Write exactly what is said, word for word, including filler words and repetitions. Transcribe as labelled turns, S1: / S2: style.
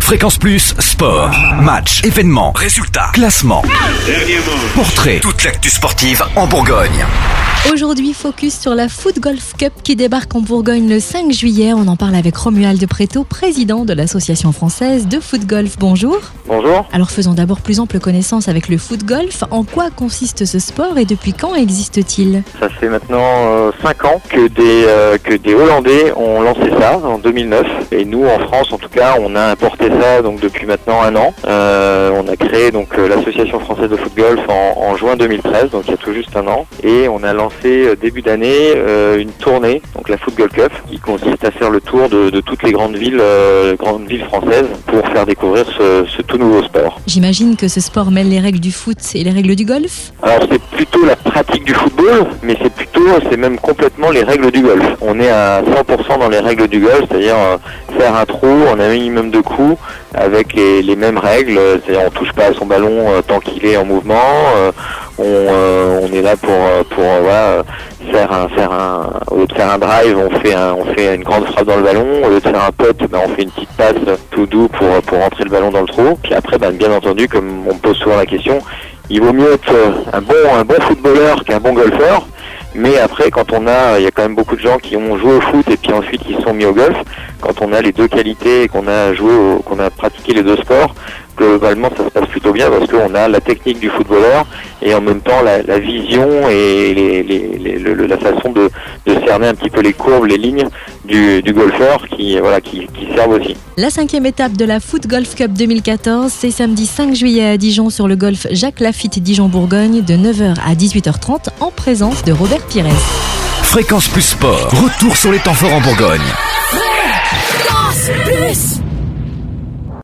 S1: Fréquence Plus, sport, match, événements, résultats, classement, portrait, toute l'actu sportive en Bourgogne.
S2: Aujourd'hui, focus sur la Foot Golf Cup qui débarque en Bourgogne le cinq juillet. On en parle avec Romuald Préto, président de l'association française de foot golf. Bonjour.
S3: Bonjour.
S2: Alors faisons d'abord plus ample connaissance avec le foot golf. En quoi consiste ce sport et depuis quand existe-t-il ?
S3: Ça fait maintenant euh, cinq ans que des, euh, que des Hollandais ont lancé ça en deux mille neuf. Et nous, en France, en tout cas, on a importé ça donc depuis maintenant un an. Euh, on a créé donc euh, l'association française de foot golf en, en juin deux mille treize, donc il y a tout juste un an. Et on a lancé euh, début d'année euh, une tournée, donc la Foot Golf Cup, qui consiste à faire le tour de, de toutes les grandes villes, euh, grandes villes françaises pour faire découvrir ce, ce tout nouveau sport.
S2: J'imagine que ce sport mêle les règles du foot et les règles du golf ?
S3: Alors c'est plutôt la pratique du football, mais c'est plutôt, c'est même complètement les règles du golf. On est à cent pour cent dans les règles du golf, c'est-à-dire euh, faire un trou en un minimum de coups avec les, les mêmes règles, c'est-à-dire on touche pas à son ballon euh, tant qu'il est en mouvement, euh, on, euh, on est là pour, pour euh, voilà, faire un, faire un, au lieu de faire un drive, on fait un, on fait une grande frappe dans le ballon, au lieu de faire un putt, ben, on fait une petite passe tout doux pour, pour rentrer le ballon dans le trou. Puis après, ben, bien entendu, comme on me pose souvent la question, il vaut mieux être un bon, un bon footballeur qu'un bon golfeur. Mais après, quand on a, il y a quand même beaucoup de gens qui ont joué au foot et puis ensuite qui se sont mis au golf. Quand on a les deux qualités et qu'on a joué, au, qu'on a pratiqué les deux sports, globalement ça se passe plutôt bien parce qu'on a la technique du footballeur et en même temps la, la vision et les, les, les, le, la façon de, de cerner un petit peu les courbes, les lignes du, du golfeur qui, voilà, qui, qui servent aussi.
S2: La cinquième étape de la Foot Golf Cup deux mille quatorze, c'est samedi cinq juillet à Dijon sur le golf Jacques Lafitte Dijon-Bourgogne de neuf heures à dix-huit heures trente en présence de Robert Pires.
S1: Fréquence Plus Sport, retour sur les temps forts en Bourgogne.
S4: Fréquence Plus.